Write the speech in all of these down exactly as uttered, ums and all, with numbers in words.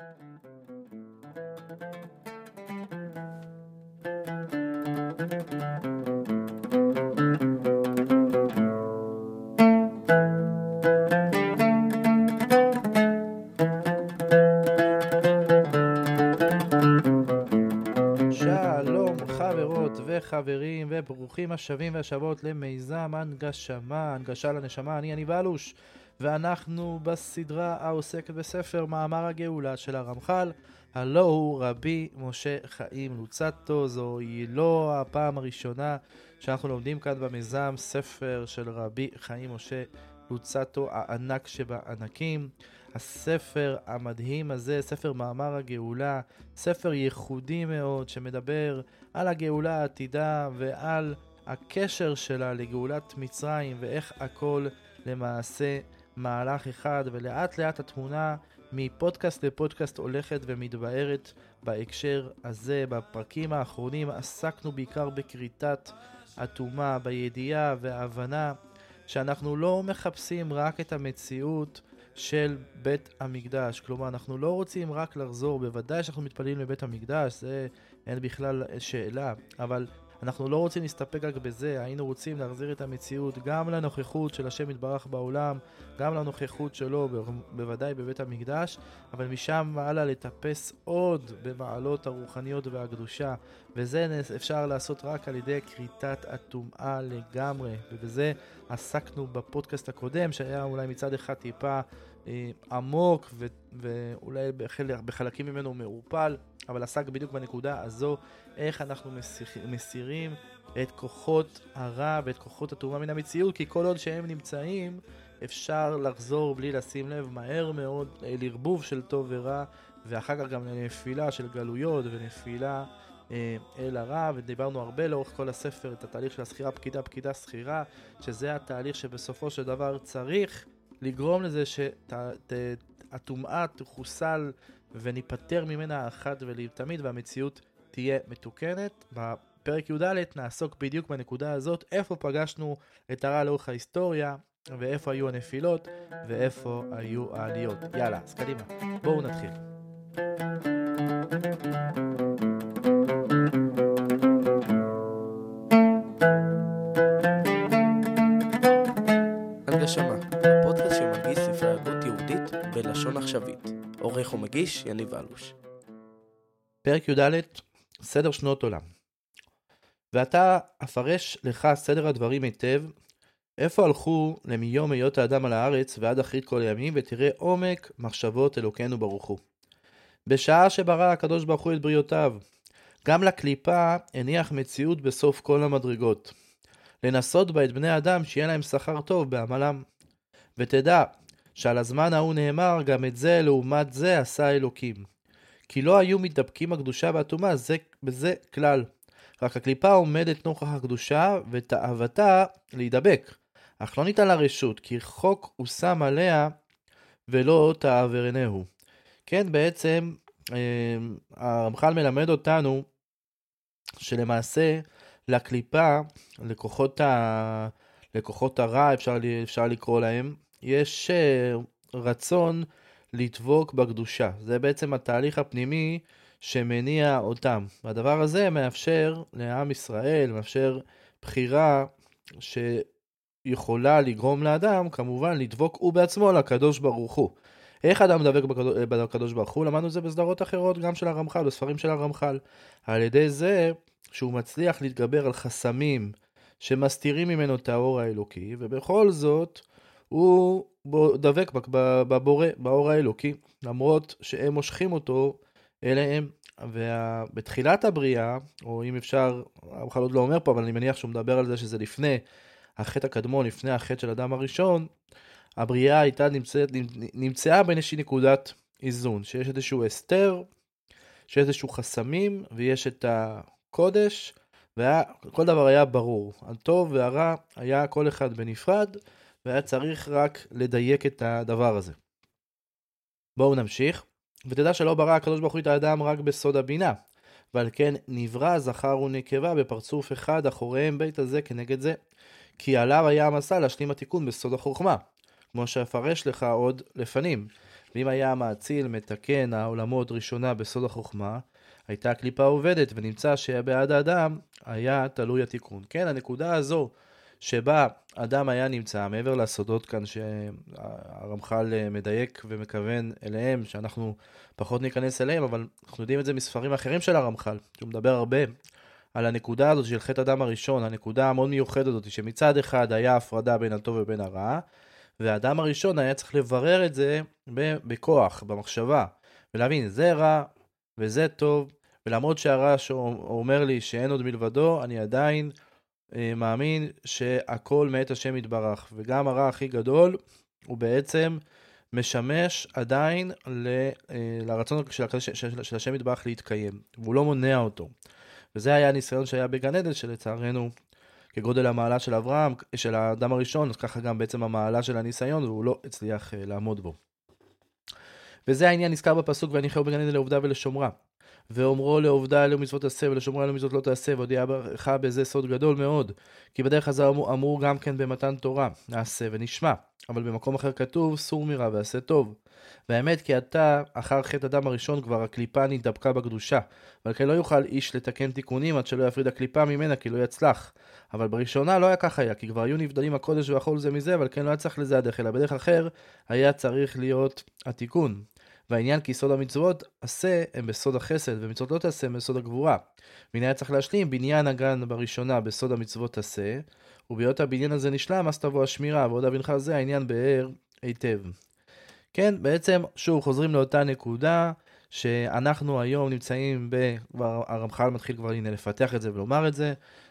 חברים וברוכים השבים והשבות למיזם הנגשמה, הנגשה לנשמה. אני יניב אלוש, ואנחנו בסדרה העוסקת בספר מאמר הגאולה של הרמח"ל, הלא הוא רבי משה חיים לוצאטו. זוהי לא הפעם הראשונה שאנחנו לומדים כאן במיזם ספר של רבי חיים משה לוצאטו, הענק שבענקים. הספר המדהים הזה, ספר מאמר הגאולה, ספר ייחודי מאוד שמדבר על הגאולה העתידה ועל הקשר שלה לגאולת מצרים, ואיך הכל למעשה מהלך אחד, ולאט לאט התמונה מפודקאסט לפודקאסט הולכת ומתבהרת בהקשר הזה. בפרקים האחרונים עסקנו בעיקר בקריטת הטומאה, בידיעה וההבנה שאנחנו לא מחפשים רק את המציאות של בית המקדש. כלומר, אנחנו לא רוצים רק לחזור, בוודאי שאנחנו מתפללים לבית המקדש, זה אין בכלל שאלה, אבל אנחנו לא רוצים להסתפק רק בזה. היינו רוצים להחזיר את המציאות גם לנוכחות של השם יתברך בעולם, גם לנוכחות שלו בוודאי בבית המקדש, אבל משם מעלה לטפס עוד במעלות הרוחניות והקדושה, וזה אפשר לעשות רק על ידי קריטת הטומאה לגמרי. ובזה עסקנו בפודקאסט הקודם, שהיה אולי מצד אחד טיפה אה, עמוק ו- ואולי בחל- בחלקים ממנו מעורפל, אבל עסק בדיוק בנקודה הזו, איך אנחנו מסיר, מסירים את כוחות הרע ואת כוחות הטומאה מן המציאות, כי כל עוד שהם נמצאים אפשר לחזור בלי לשים לב מהר מאוד לרבוב של טוב ורע, ואחר כך גם לנפילה של גלויות ונפילה אה, אל הרע. ודיברנו הרבה לאורך כל הספר את התהליך של הסחירה פקידה פקידה סחירה, שזה התהליך שבסופו של דבר צריך לגרום לזה שהטומאה תחוסל וניפטר ממנה אחת ולתמיד, והמציאות תהיה מתוקנת. בפרק י"ד נעסוק בדיוק בנקודה הזאת, איפה פגשנו את הרע לאורך ההיסטוריה, ואיפה היו הנפילות, ואיפה היו העליות. יאללה, אז קדימה, בואו נתחיל. הנגשמה, הפודקאסט שמגיש ספרי הגות יהודית בלשון עכשווית. עורך ומגיש יניב אלוש. פרק י"ד, סדר שנות עולם. ואתה אפרש לך סדר הדברים היטב, איפה הלכו למיום היות האדם על הארץ ועד אחרית כל הימים, ותראה עומק מחשבות אלוקינו ברוך הוא. בשעה שברא הקדוש ברוך הוא את בריאותיו, גם לקליפה הניח מציאות בסוף כל המדרגות, לנסות בה את בני האדם שיהיה להם שכר טוב בעמלם. ותדע שעל הזמן ההוא נאמר, גם את זה לעומת זה עשה אלוקים. כי לא היו מתדבקים הקדושה והטומאה זה בזה כלל. רק הקליפה עומדת נוכח הקדושה ותאוותה להידבק. אך לא ניתן לה רשות, כי חוק הוא שם עליה ולא תעברנהו. כן, בעצם הרמח"ל מלמד אותנו שלמעשה לקליפה, לכוחות, ה... לכוחות הרע אפשר, אפשר לקרוא להם, יש רצון לדבוק בקדושה. זה בעצם התהליך הפנימי שמניע אותם. והדבר הזה מאפשר לעם ישראל, מאפשר בחירה שיכולה לגרום לאדם, כמובן, לדבוק הוא בעצמו לקדוש ברוך הוא. איך אדם דבק בקדוש ברוך הוא? למדנו את זה בסדרות אחרות, גם של הרמח"ל, בספרים של הרמח"ל. על ידי זה שהוא מצליח להתגבר על חסמים שמסתירים ממנו את האור האלוקי, ובכל זאת הוא דבק בבורא, באור האלוקי, למרות שהם מושכים אותו אליהם. ובתחילת הבריאה, או אם אפשר, הרמח"ל עוד לא אומר פה, אבל אני מניח שהוא מדבר על זה שזה לפני החטא הקדמון, לפני החטא של אדם הראשון, הבריאה הייתה נמצאת, נמצאה בין איזושהי נקודת איזון, שיש איזשהו הסתר, שיש איזשהו חסמים, ויש את הקודש, וכל דבר היה ברור. הטוב והרע היה כל אחד בנפרד, והיה צריך רק לדייק את הדבר הזה. בואו נמשיך. ותדע שלא ברא הקדוש ברוך הוא את האדם רק בסוד הבינה, ועל כן נברא זכר ונקבה בפרצוף אחד, אחוריהם בית הזה כנגד זה, כי עליו היה המסע להשלים התיקון בסוד החוכמה, כמו שאפרש לך עוד לפנים. ואם היה המאציל מתקן העולמות ראשונה בסוד החוכמה, הייתה הקליפה עובדת, ונמצא שבעד האדם היה תלוי התיקון. כן, הנקודה הזו שבה אדם היה נמצא, מעבר לסודות כאן שהרמח"ל מדייק ומכוון אליהם, שאנחנו פחות ניכנס אליהם, אבל אנחנו יודעים את זה מספרים אחרים של הרמח"ל, שהוא מדבר הרבה על הנקודה הזאת של חטא אדם הראשון, הנקודה המאוד מיוחדת הזאת, שמצד אחד היה הפרדה בין הטוב ובין הרע, והאדם הראשון היה צריך לברר את זה בכוח, במחשבה, ולהבין, זה רע וזה טוב, ולמרות שהרע שאומר לי שאין עוד מלבדו, אני עדיין אה, מאמין שהכל מאת השם יתברך, וגם הרע הכי גדול הוא בעצם משמש עדיין ל, אה, לרצון של, של, של השם יתברך להתקיים, והוא לא מונע אותו. וזה היה הניסיון שהיה בגן עדן, שלצערנו כגודל המעלה של אברהם, של האדם הראשון, אז ככה גם בעצם המעלה של הניסיון, והוא לא הצליח אה, לעמוד בו. וזה העניין נזכר בפסוק, ואני חייב בגן עדן לעובדה ולשומרה. ואומרו לעובדה אלו מצוות תעשה ולשומרה אלו מצוות לא תעשה, והודיע לך בזה סוד גדול מאוד, כי בדרך הזה אמור, אמור גם כן במתן תורה, נעשה ונשמע, אבל במקום אחר כתוב סור מרע ועשה טוב. והאמת כי אתה אחר חטא אדם הראשון כבר הקליפה נתדבקה בקדושה, ועל כן לא יוכל איש לתקן תיקונים עד שלא יפריד הקליפה ממנה כי לא יצלח. אבל בראשונה לא היה כך היה, כי כבר היו נבדלים הקודש והחול זה מזה, אבל כן לא היה צריך לזהדך, אלא בדרך אחר היה צריך להיות התיקון. והעניין כי סוד המצוות עשה הם בסוד החסד, ומצוות לא תעשה הם בסוד הגבורה. והנה היה צריך להשלים בניין הגן בראשונה בסוד המצוות עשה, ובהיות הבניין הזה נשלם אז תבוא השמירה, ועוד אבינך זה העניין באר היטב. כן, בעצם שוב חוזרים לאותה נקודה, שאנחנו היום נמצאים, ב... הרמח"ל מתחיל כבר הנה לפתח את זה ולומר את זה,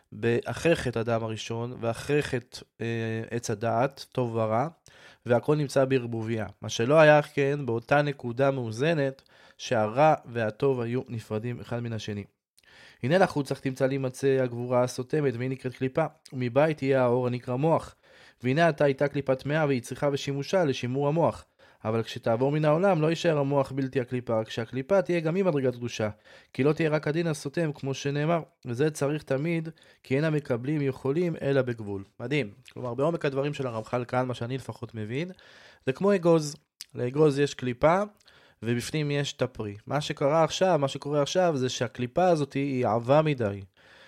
אחרי חטא אדם הראשון, ואחרי חטא אה, עץ הדעת, טוב ורע, והכל נמצא בערבוביה. מה שלא היה כן באותה נקודה מאוזנת, שהרע והטוב היו נפרדים אחד מן השני. הנה לחוץ צריך תמצא להימצא הגבורה הסותמת, והיא נקראת קליפה, ומבית תהיה האור הנקרא מוח. והנה אתה הייתה קליפה טמאה, והיא צריכה ושימושה לשימור המוח. אבל כשתעבור מן העולם לא יישאר המוח בלתי הקליפה, כשהקליפה תהיה גם היא מדרגת קדושה, כי לא תהיה רק הדין הסותם כמו שנאמר, וזה צריך תמיד, כי אין המקבלים יכולים אלא בגבול. מדהים. כלומר, בעומק הדברים של הרמח"ל כאן, מה שאני לפחות מבין, זה כמו אגוז. לאגוז יש קליפה, ובפנים יש תפרי. מה שקרה עכשיו, מה שקורה עכשיו, זה שהקליפה הזאת היא עבה מדי.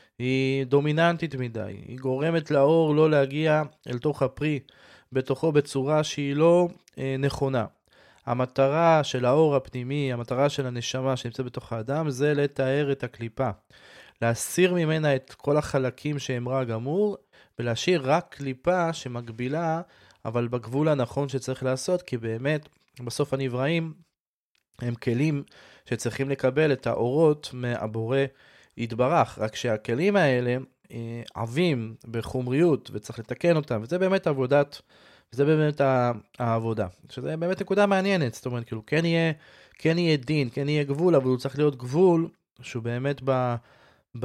היא דומיננטית מדי. היא גורמת לאור לא להגיע אל תוך הפרי, בתוכו בצורה שהיא לא אה, נכונה. המטרה של האור הפנימי, המטרה של הנשמה שנמצא בתוך האדם, זה לתאר את הקליפה. להסיר ממנה את כל החלקים שהם רע גמור, ולהשאיר רק קליפה שמגבילה, אבל בגבול הנכון שצריך לעשות, כי באמת בסוף הנבראים הם כלים שצריכים לקבל את האורות מהבורא יתברך. רק שהכלים האלה אה, עבים בחומריות וצריך לתקן אותם, וזה באמת עבודת, וזה באמת העבודה. שזה באמת נקודה מעניינת, זאת אומרת, כאילו, כן יהיה, כן יהיה דין, כן יהיה גבול, אבל הוא צריך להיות גבול שהוא באמת ב, ב,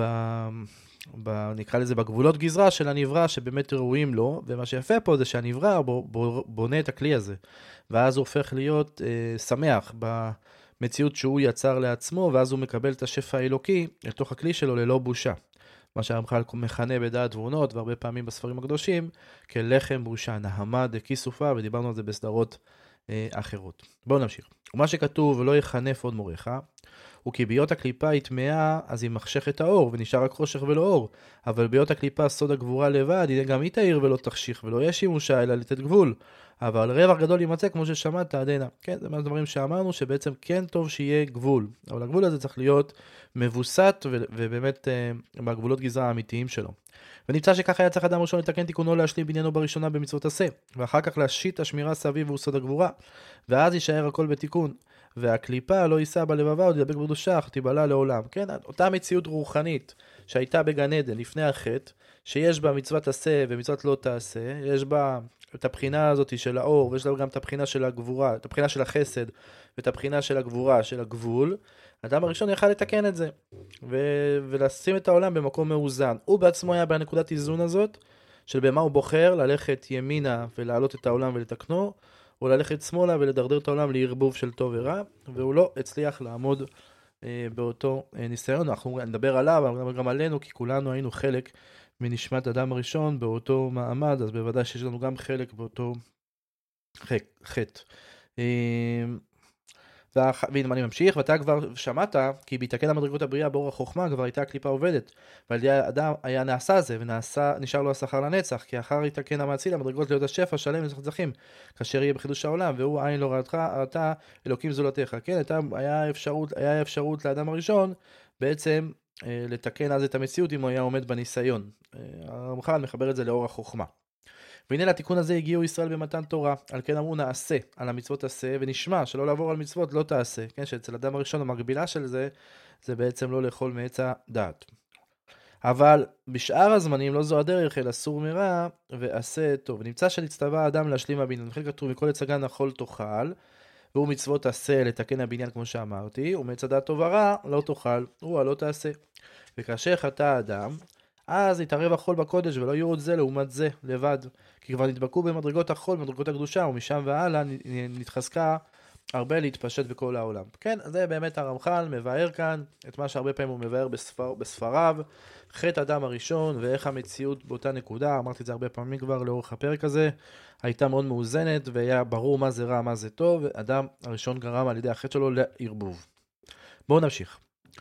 ב, נקרא לזה בגבולות גזרה של הנברא שבאמת ראויים לו, ומה שיפה פה זה שהנברא בונה את הכלי הזה, ואז הוא הופך להיות אה, שמח במציאות שהוא יצר לעצמו, ואז הוא מקבל את השפע האלוקי לתוך הכלי שלו ללא בושה. מה שהרמח"ל מכנה בדעת תבונות, והרבה פעמים בספרים הקדושים, כלחם בושה, נהמה דקי סופה, ודיברנו על זה בסדרות אה, אחרות. בואו נמשיך. ומה שכתוב, ולא יחנף עוד מורך, הוא כי ביות הקליפה היא טמאה, אז היא מחשך את האור, ונשאר רק חושך ולא אור. אבל ביות הקליפה סוד הגבורה לבד, היא גם היא תאיר ולא תחשיך, ולא יש שימושה, אלא לתת גבול. אבל רווח גדול יימצא, כמו ששמעת, עדינה. כן, זה מהדברים שאמרנו, שבעצם כן טוב שיהיה גבול. אבל הגבול הזה צריך להיות מבוסת, ו- ובאמת uh, בגבולות גזרה האמיתיים שלו. ונמצא שכך היה צריך אדם ראשון לתקן תיקונו להשלים בניינו בראשונה במצוות עשה, ואחר כך להשית השמירה סביב והוא סוד הגבורה, ואז יישאר הכל בתיקון. והקליפה לא יישא בלבבה עוד ידבק בקדושה, אך תיבלע לעולם. כן, אותה מציאות רוחנית שהייתה בגן עדן לפני החטא, שיש בה מצוות עשה ומצוות לא תעשה, יש בה את הבחינה הזאת של האור, ויש לה גם את הבחינה של הגבורה, את הבחינה של החסד, ואת הבחינה של הגבורה, של הגבול. האדם הראשון יכל לתקן את זה, ו- ולשים את העולם במקום מאוזן. הוא בעצמו היה בנקודת איזון הזאת, של במה הוא בוחר, ללכת ימינה ולהעלות את העולם ולתקנו, או ללכת שמאלה ולדרדר את העולם לערבוב של טוב ורע, והוא לא הצליח לעמוד אה, באותו אה, ניסיון. אנחנו נדבר עליו, אבל נדבר גם עלינו, כי כולנו היינו חלק מנשמת אדם הראשון באותו מעמד, אז בוודאי שיש לנו גם חלק באותו חטא. אה, ואם אני ממשיך, ואתה כבר שמעת, כי בהתקן המדרגות הבריאה באור החוכמה, כבר הייתה הקליפה עובדת, ועל ידי האדם היה נעשה זה, ונשאר לו השכר לנצח, כי אחר יתקן המציל המדרגות להיות השפע שלם לנצחים, כאשר יהיה בחידוש העולם, והוא עין לא ראתך, אתה אלוקים זולתך. כן, הייתה, היה אפשרות, היה אפשרות לאדם הראשון, בעצם אה, לתקן אז את המציאות, אם הוא היה עומד בניסיון. אה, הרמח"ל מחבר את זה לאור החוכמה. והנה לתיקון הזה הגיעו ישראל במתן תורה, על כן אמרו נעשה, על המצוות עשה, ונשמע שלא לעבור על מצוות לא תעשה, כן, שאצל אדם הראשון המקבילה של זה, זה בעצם לא לאכול מעץ הדעת. אבל בשאר הזמנים לא זו הדרך, אלא סור מרע ועשה טוב. נמצא שנצטווה האדם להשלים הבניין, לכן כתוב מכל עץ הגן אכול תאכל, והוא מצוות עשה לתקן הבניין כמו שאמרתי, ומעץ הדעת טוב ורע לא תאכל, הוא לא תעשה. וכאשר חטא האדם, אז יתערב החול בקודש ולא יהיו עוד זה לעומת זה לבד, כי כבר נדבקו במדרגות החול, במדרגות הקדושה, ומשם והלאה נתחזקה הרבה להתפשט בכל העולם. כן, זה באמת הרמח"ל מבאר כאן את מה שהרבה פעמים הוא מבאר בספר, בספריו, חטא אדם הראשון ואיך המציאות באותה נקודה, אמרתי את זה הרבה פעמים כבר לאורך הפרק הזה, הייתה מאוד מאוזנת והיה ברור מה זה רע, מה זה טוב, אדם הראשון גרם על ידי החטא שלו לערבוב. בואו נמשיך.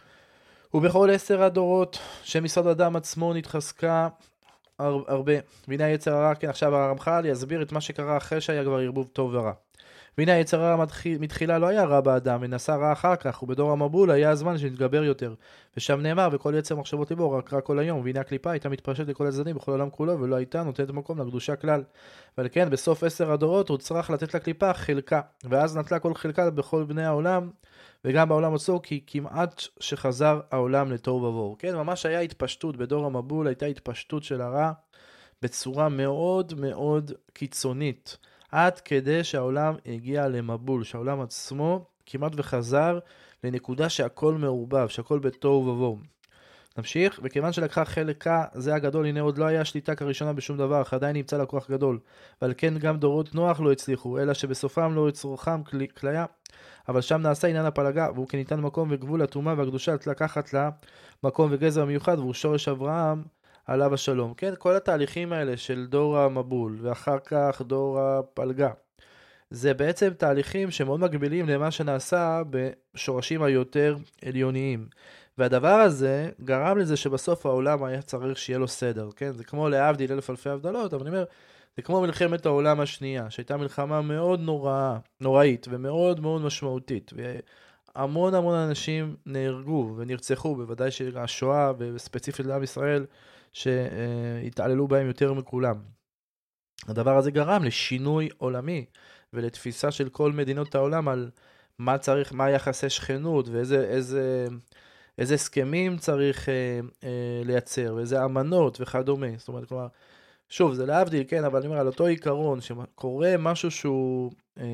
ובכל עשר הדורות שמשרד אדם עצמו נתחזקה הרבה. והנה היצר הרע, כן, עכשיו הרמח"ל יסביר את מה שקרה אחרי שהיה כבר ערבוב טוב ורע. והנה היצר הרע מתחילה לא היה רע באדם, ונעשה רע אחר כך, ובדור המבול היה הזמן שנתגבר יותר. ושם נאמר, וכל יצר מחשבות ליבו רק רע כל היום, והנה הקליפה הייתה מתפשטת לכל הצדדים בכל העולם כולו, ולא הייתה נותנת מקום לקדושה כלל. אבל כן, בסוף עשר הדורות הוא צריך לתת לקליפה חלקה, ואז נטלה כל חלקה בכל בני העולם, וגם בעולם עצמו, כי כמעט שחזר העולם לתוהו ובוהו. כן, ממש היה התפשטות, בדור המבול הייתה התפשטות של הרע, בצורה מאוד מאוד קיצונית, עד כדי שהעולם הגיע למבול, שהעולם עצמו כמעט וחזר לנקודה שהכל מעורבב, שהכל בתוהו ובוהו. נמשיך, וכיוון שלקחה חלקה זה הגדול, הנה עוד לא היה שליטה כראשונה בשום דבר, אך עדיין נמצא לקוח גדול, ועל כן גם דורות נוח לא הצליחו, אלא שבסופם לא יצרוכם כליה, אבל שם נעשה עניין הפלגה, והוא כן ניתן מקום וגבול לתרומה והקדושה לקחת לה מקום וגזר מיוחד, והוא שורש אברהם עליו השלום. כן, כל התהליכים האלה של דור המבול, ואחר כך דור הפלגה, זה בעצם תהליכים שמאוד מגבילים למה שנעשה בשורשים היותר עליוניים. והדבר הזה גרם לזה שבסוף העולם היה צריך שיהיה לו סדר, כן? זה כמו להבדיל אלף אלפי הבדלות, אבל אני אומר, זה כמו מלחמת העולם השנייה, שהייתה מלחמה מאוד נוראה, נוראית ומאוד מאוד משמעותית. והמון המון אנשים נהרגו ונרצחו, בוודאי שהשואה וספציפית לעם ישראל, שהתעללו בהם יותר מכולם. הדבר הזה גרם לשינוי עולמי, ולתפיסה של כל מדינות העולם על מה צריך, מה יחסי שכנות, ואיזה איזה, איזה הסכמים צריך אה, אה, לייצר, ואיזה אמנות וכדומה. זאת אומרת, כלומר, שוב, זה להבדיל, כן, אבל אני אומר, על אותו עיקרון, שקורה משהו שהוא אה,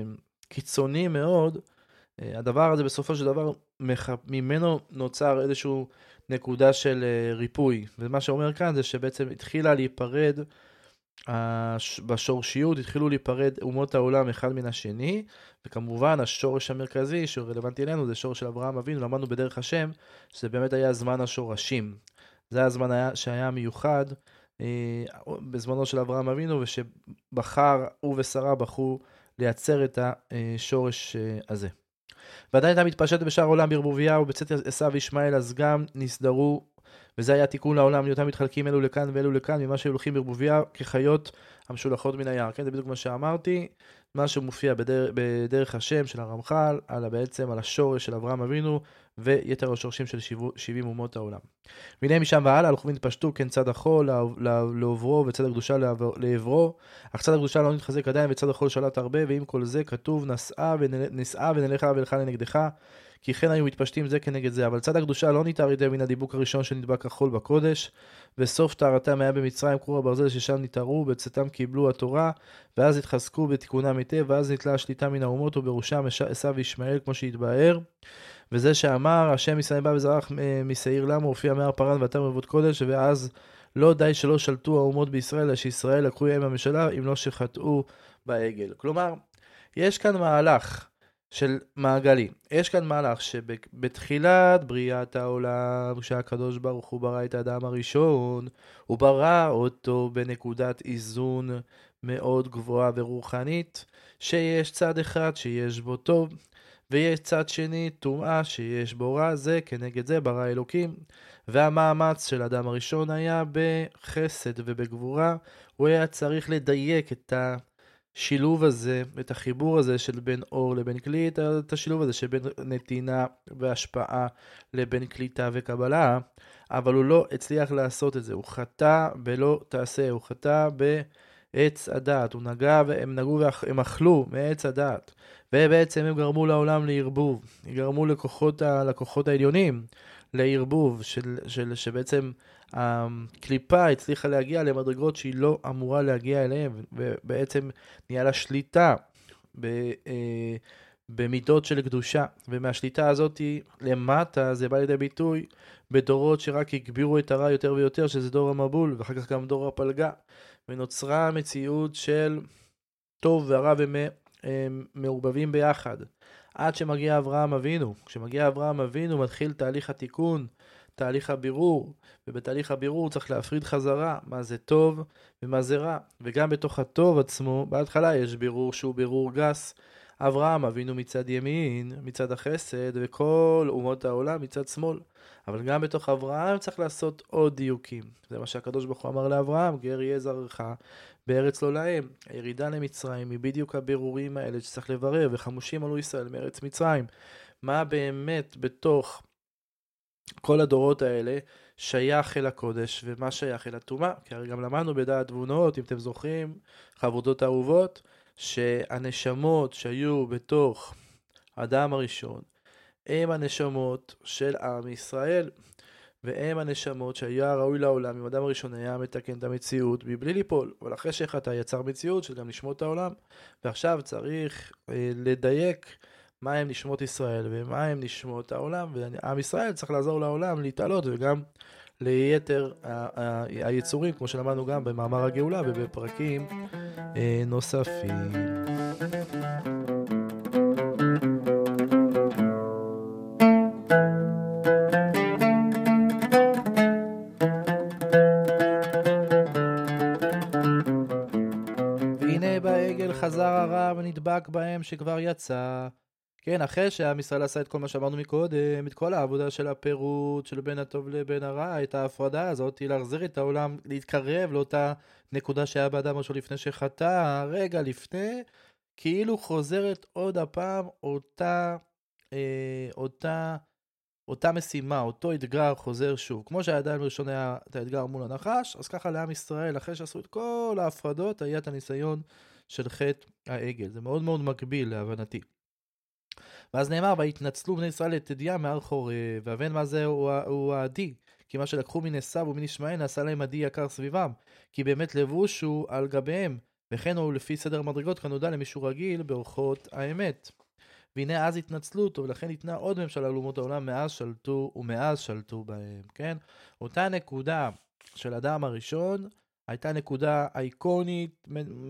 קיצוני מאוד, אה, הדבר הזה בסופו של דבר, מח... ממנו נוצר איזשהו נקודה של אה, ריפוי. ומה שאומר כאן זה שבעצם התחילה להיפרד, הש... בשורשיות התחילו להיפרד אומות העולם אחד מן השני, וכמובן השורש המרכזי שרלוונטי אלינו זה שורש של אברהם אבינו, למדנו בדרך השם, שזה באמת היה זמן השורשים. זה הזמן היה, שהיה מיוחד, בזמנו של אברהם אבינו, ושבחר, הוא ושרה בחרו לייצר את השורש הזה. ועדיין הייתה מתפשטת בשאר העולם בערבוביה, ובצאת עשיו וישמעאל, אז גם נסדרו, וזה היה תיקון לעולם, להיותם מתחלקים אלו לכאן ואלו לכאן, ממה שהולכים בערבוביה כחיות המשולחות מן היער. כן, זה בדיוק מה שאמרתי, מה שמופיע בדר, בדרך השם של הרמח"ל, על בעצם על השורש של אברהם אבינו, ויתר השורשים של שבעים אומות העולם. והנה משם והלאה, הלכו ונתפשטו, כן צד החול לעוברו, וצד הקדושה לעברו, אך צד הקדושה לא נתחזק עדיין, וצד החול שלט הרבה, ועם כל זה כתוב, נשאה ונשאה ונלכה ולך לנגדך, כי כן היו מתפשטים זה כנגד זה, אבל צד הקדושה לא ניתר ידי מן הדיבוק הראשון שנדבק החול בקודש, וסוף טהרתם היה במצרים כרור הברזל ששם ניתרו, בצאתם קיבלו התורה, ואז התחזקו בתיקונם היטב, ואז נתלה השליטה מן האומות, ובראשם עשיו וישמעאל כמו שהתבאר, וזה שאמר, השם ישראל בא וזרח משעיר למה, הופיע מהר פרן ואתר מרבות קודש, ואז לא די שלא שלטו האומות בישראל, אלא שישראל לקחו עם הממשלה, אם לא שחטאו בעגל. כלומר, יש כאן מהלך של מעגלים. יש כאן מהלך שבתחילת בריאת העולם, כשהקדוש ברוך הוא ברא את האדם הראשון, הוא ברא אותו בנקודת איזון מאוד גבוהה ורוחנית, שיש צד אחד שיש בו טוב, ויש צד שני טומאה שיש בו רע, זה כנגד זה ברא אלוקים. והמאמץ של האדם הראשון היה בחסד ובגבורה, הוא היה צריך לדייק את השילוב הזה, את החיבור הזה של בין אור לבין כלי, את השילוב הזה של בין נתינה והשפעה לבין קליטה וקבלה, אבל הוא לא הצליח לעשות את זה, הוא חטא בלא תעשה, הוא חטא בעץ הדעת, הוא נגע והם נגעו והם אכלו מעץ הדעת, ובעצם הם גרמו לעולם לערבוב, הם גרמו לכוחות, לכוחות העליונים, לערבוב, של, של, שבעצם הקליפה הצליחה להגיע למדרגות שהיא לא אמורה להגיע אליהם, ובעצם נהיה לה שליטה ב, אה, במידות של קדושה, ומהשליטה הזאת למטה זה בא לידי ביטוי בדורות שרק הגבירו את הרע יותר ויותר, שזה דור המבול, ואחר כך גם דור הפלגה, ונוצרה מציאות של טוב והרע ומעורבבים ביחד. עד שמגיע אברהם אבינו. כשמגיע אברהם אבינו מתחיל תהליך התיקון, תהליך הבירור, ובתהליך הבירור צריך להפריד חזרה מה זה טוב ומה זה רע. וגם בתוך הטוב עצמו, בהתחלה יש בירור שהוא בירור גס. אברהם אבינו מצד ימין, מצד החסד, וכל אומות העולם מצד שמאל. אבל גם בתוך אברהם צריך לעשות עוד דיוקים. זה מה שהקדוש ברוך הוא אמר לאברהם, גר יהיה זרעך בארץ לא להם. הירידה למצרים היא בדיוק הבירורים האלה שצריך לברר, וחמושים עלו ישראל מארץ מצרים. מה באמת בתוך כל הדורות האלה שייך אל הקודש, ומה שייך אל הטומאה? כי הרי גם למדנו בדעת תבונות, אם אתם זוכרים, חברותות אהובות, שהנשמות שהיו בתוך האדם הראשון, הם הנשמות של עם ישראל, והם הנשמות שהיה ראוי לעולם, אם האדם הראשון היה מתקן את המציאות מבלי ליפול, אבל אחרי שחטא יצר מציאות של גם נשמות העולם, ועכשיו צריך אה, לדייק מה הם נשמות ישראל ומה הם נשמות העולם, ועם ישראל צריך לעזור לעולם להתעלות וגם ליתר היצורים, כמו שלמדנו גם במאמר הגאולה ובפרקים אה, נוספים. חזר הרע ונדבק בהם שכבר יצא. כן, אחרי שעם ישראל עשה את כל מה שאמרנו מקודם, את כל העבודה של הפירוט, של בין הטוב לבין הרע, את ההפרדה הזאת, להחזיר את העולם, להתקרב לאותה נקודה שהיה באדם הראשון לפני שחטא, רגע לפני, כאילו חוזרת עוד הפעם אותה, אה, אותה, אותה משימה, אותו אתגר חוזר שוב. כמו שהאדם הראשון היה את האתגר מול הנחש, אז ככה לעם ישראל, אחרי שעשו את כל ההפרדות, היה את הניסיון של חטא העגל. זה מאוד מאוד מקביל להבנתי. ואז נאמר, והתנצלו בני ישראל לתדיה מהר חורב, והבן מה זה הוא, הוא העדי, כי מה שלקחו מן עשיו ומן ישמעאל נעשה להם עדי יקר סביבם, כי באמת לבוש הוא על גביהם, וכן הוא לפי סדר מדרגות כנודע למישהו רגיל באורחות האמת. והנה אז התנצלו אותו, ולכן ניתנה עוד ממשלה לאומות העולם, מאז שלטו ומאז שלטו בהם, כן? אותה נקודה של אדם הראשון, הייתה נקודה אייקונית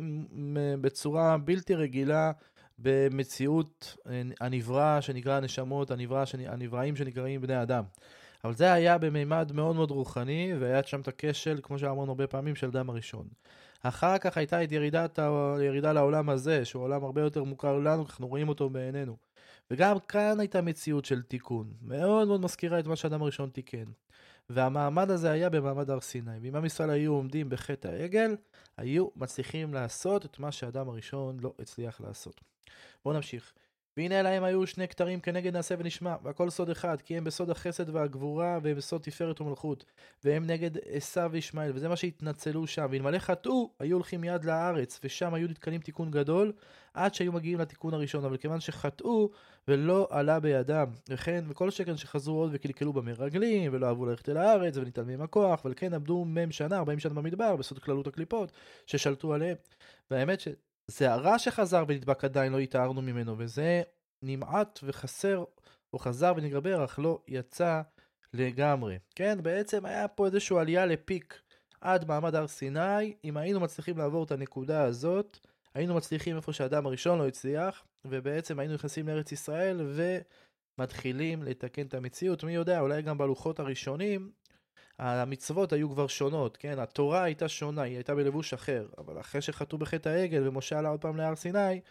בצורה בלתי רגילה במציאות הנברא שנקרא הנשמות, הנברא, הנבראים שנקראים בני אדם. אבל זה היה במימד מאוד מאוד רוחני, והיה שם את הכשל, כמו שאמרנו הרבה פעמים, של אדם הראשון. אחר כך הייתה את ירידת, ירידה לעולם הזה, שהוא עולם הרבה יותר מוכר לנו, אנחנו רואים אותו בעינינו. וגם כאן הייתה מציאות של תיקון, מאוד מאוד מזכירה את מה שאדם הראשון תיקן. והמעמד הזה היה במעמד הר סיני. ואם עם ישראל היו עומדים בחטא העגל, היו מצליחים לעשות את מה שאדם הראשון לא הצליח לעשות. בואו נמשיך. והנה להם היו שני כתרים כנגד נעשה ונשמע, והכל סוד אחד, כי הם בסוד החסד והגבורה, והם בסוד תפארת ומלכות, והם נגד עשיו וישמעאל, וזה מה שהתנצלו שם. ואלמלא חטאו, היו הולכים מיד לארץ, ושם היו נתקנים תיקון גדול, עד שהיו מגיעים לתיקון הראשון, אבל כיוון שחטאו, ולא עלה בידם, וכן, וכל שכן שחזרו עוד וקלקלו במרגלים, ולא אהבו ללכת אל הארץ, וניתן מהם הכוח, ולכן עבדו מהם שנה, ארבעים שנה במדבר, בסוד כללות הקליפות, ששלטו עליהם. והאמת ש... זה הרע שחזר ונדבק עדיין לא התארנו ממנו, וזה נמעט וחסר, או חזר ונגבר, אך לא יצא לגמרי. כן, בעצם היה פה איזשהו עלייה לפיק עד מעמד הר סיני. אם היינו מצליחים לעבור את הנקודה הזאת, היינו מצליחים איפה שהאדם הראשון לא הצליח, ובעצם היינו נכנסים לארץ ישראל ומתחילים לתקן את המציאות. מי יודע, אולי גם בלוחות הראשונים, המצוות היו כבר שונות, כן? התורה הייתה שונה, היא הייתה בלבוש אחר, אבל אחרי שחטאו בחטא העגל ומשה עלה עוד פעם להר סיני,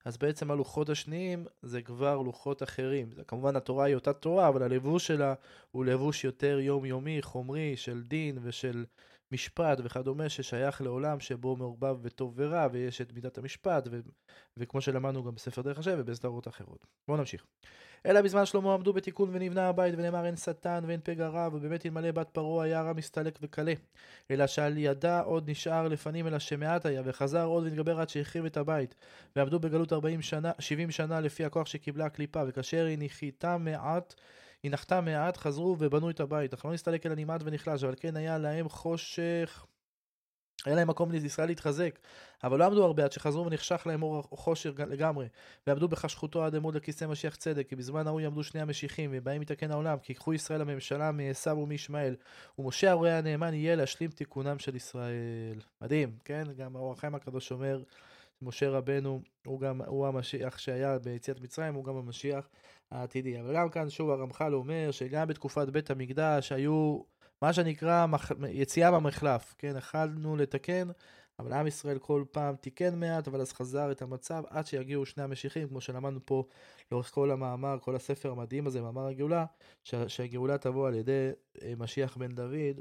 אז בעצם הלוחות השניים זה כבר לוחות אחרים. זה, כמובן התורה היא אותה תורה, אבל הלבוש שלה הוא לבוש יותר יומיומי, חומרי, של דין ושל משפט וכדומה, ששייך לעולם שבו מעורבב וטוב ורע, ויש את מידת המשפט, ו- וכמו שלמדנו גם בספר דרך השם ובסדרות אחרות. בואו נמשיך. אלא בזמן שלמה עמדו בתיקון ונבנה הבית, ונאמר אין שטן ואין פגע רע, ובאמת אלמלא בת פרעה היה רע מסתלק וקלה. אלא שעל ידה עוד נשאר לפנים, אלא שמעט היה, וחזר עוד ונתגבר עד שהחריב את הבית. ועמדו בגלות ארבעים שנה, שבעים שנה לפי הכוח שקיבלה הקליפה, וכאשר היא נחתה מעט, היא נחתה מעט, חזרו ובנו את הבית. אך לא נסתלק אלא נמעט ונחלש, אבל כן היה להם חושך, היה להם מקום לישראל להתחזק, אבל לא עמדו הרבה עד שחזרו ונחשך להם אור חושך לגמרי, ועמדו בחשכותו עד עמוד לכיסא משיח צדק, כי בזמן ההוא יעמדו שני המשיחים, ובהם יתקן העולם, כי יקחו ישראל הממשלה מעשיו ומישמעאל, ומשה ההורה הנאמן יהיה להשלים תיקונם של ישראל. מדהים, כן? גם האור החיים הקדוש אומר, משה רבנו הוא גם הוא המשיח שהיה ביציאת מצרים, הוא גם המשיח העתידי. אבל גם כאן שוב הרמח"ל אומר שגם בתקופת בית המקדש היו מה שנקרא מח... יציאה במחלף, כן, החלנו לתקן, אבל עם ישראל כל פעם תיקן מעט, אבל אז חזר את המצב עד שיגיעו שני המשיחים, כמו שלמדנו פה לאורך כל המאמר, כל הספר המדהים הזה, מאמר הגאולה, ש... שהגאולה תבוא על ידי משיח בן דוד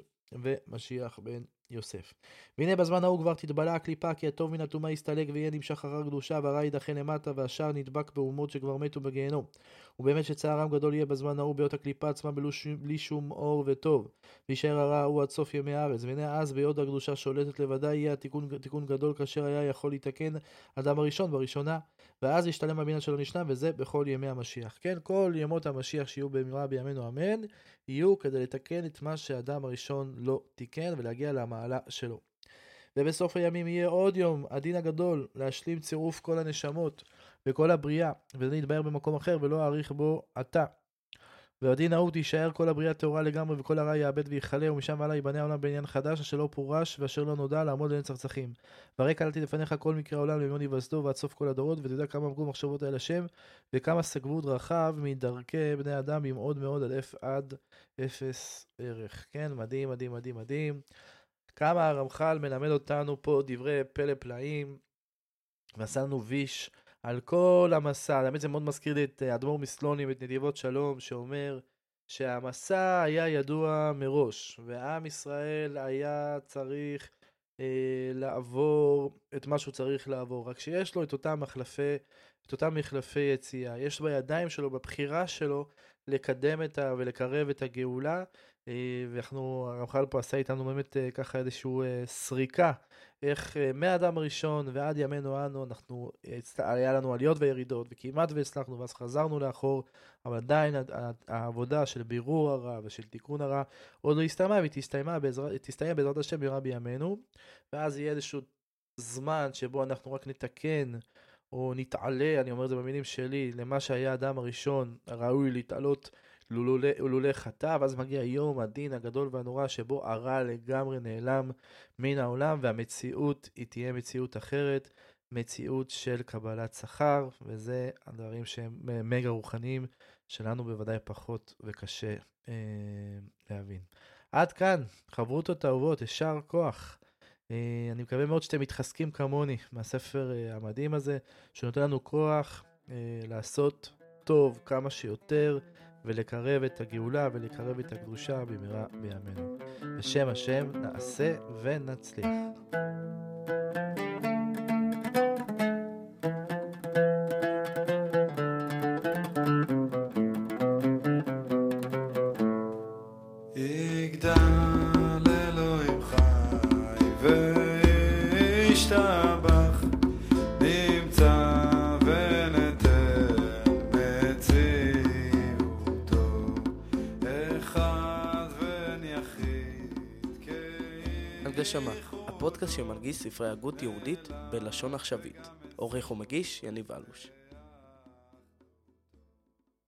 ומשיח בן יוסף. והנה בזמן ההוא כבר תתבלע הקליפה, כי הטוב מן הטומאה יסתלק ויהיה נמשך אחר קדושה, והרע יידחה למטה, והשאר נדבק באומות שכבר מתו בגיהנום. ובאמת שצערם גדול יהיה בזמן ההוא ביות הקליפה עצמה בלי שום אור וטוב, וישאר הרע ההוא עד סוף ימי הארץ. והנה אז ביוד הקדושה שולטת לבדה יהיה התיקון תיקון גדול, כאשר היה יכול לתקן אדם הראשון בראשונה, ואז ישתלם הבינה שלא נשנה, וזה בכל ימי המשיח. כן, כל ימות המשיח שיהיו במהרה בימינו אמן, יהיו כדי לתקן את מה שהאדם הראשון לא תיקן ולהגיע למעלה שלו. ובסוף הימים יהיה עוד יום, הדין הגדול, להשלים צירוף כל הנשמות וכל הבריאה, וזה יתבהר במקום אחר ולא אאריך בו עתה. והדין ההוא תישאר כל הבריאה טהורה לגמרי, וכל הרע יאבד ויחלה, ומשם והלאה ייבנה העולם בעניין חדש, אשר לא פורש ואשר לא נודע, לעמוד לנצח נצחים. והרי קלטתי לפניך כל מקרה העולם למימון היווסדו ועד סוף כל הדורות, ותדע כמה עמקו מחשבות אל השם, וכמה סגבו דרכיו מדרכי בני אדם במאוד מאוד עד, אפ, עד אפס ערך. כן, מדהים, מדהים, מדהים, מדהים. כמה הרמח"ל מלמד אותנו פה דברי פלא פלאים, ועשה לנו ויש על כל המסע. באמת זה מאוד מזכיר לי את אדמו"ר מסלונים, את נתיבות שלום, שאומר שהמסע היה ידוע מראש, ועם ישראל היה צריך אה, לעבור את מה שהוא צריך לעבור, רק שיש לו את אותם מחלפי, את אותם מחלפי יציאה, יש בידיים שלו, בבחירה שלו, לקדם את ה... ולקרב את הגאולה, ואנחנו, הרמח"ל פה עשה איתנו באמת ככה איזשהו סריקה, איך מהאדם הראשון ועד ימינו אנו, אנחנו, היה לנו עליות וירידות, וכמעט והצלחנו, ואז חזרנו לאחור, אבל עדיין העבודה של בירור הרע ושל תיקון הרע עוד לא הסתיימה, והיא תסתיימה בעזרת, תסתיים בעזרת השם במהרה בימינו, ואז יהיה איזשהו זמן שבו אנחנו רק נתקן, או נתעלה, אני אומר את זה במילים שלי, למה שהיה האדם הראשון, הראוי להתעלות לולא חטא, ואז מגיע יום הדין הגדול והנורא שבו הרע לגמרי נעלם מן העולם, והמציאות היא תהיה מציאות אחרת, מציאות של קבלת שכר, וזה הדברים שהם מגה רוחניים, שלנו בוודאי פחות וקשה אה, להבין. עד כאן, חברותות אהובות, ישר כוח. אה, אני מקווה מאוד שאתם מתחזקים כמוני מהספר אה, המדהים הזה, שנותן לנו כוח אה, לעשות טוב כמה שיותר, ולקרב את הגאולה ולקרב את הקדושה במהרה בימינו. בשם השם נעשה ונצליח. יגדל אלוהים חי וישתבח, נמצא ונתן מציאותו, אחד וניחיד כאיש. הנגשמה, הפודקאסט שמנגיש ספרי הגות יהודית בלשון עכשווית. עורך ומגיש יניב אלוש.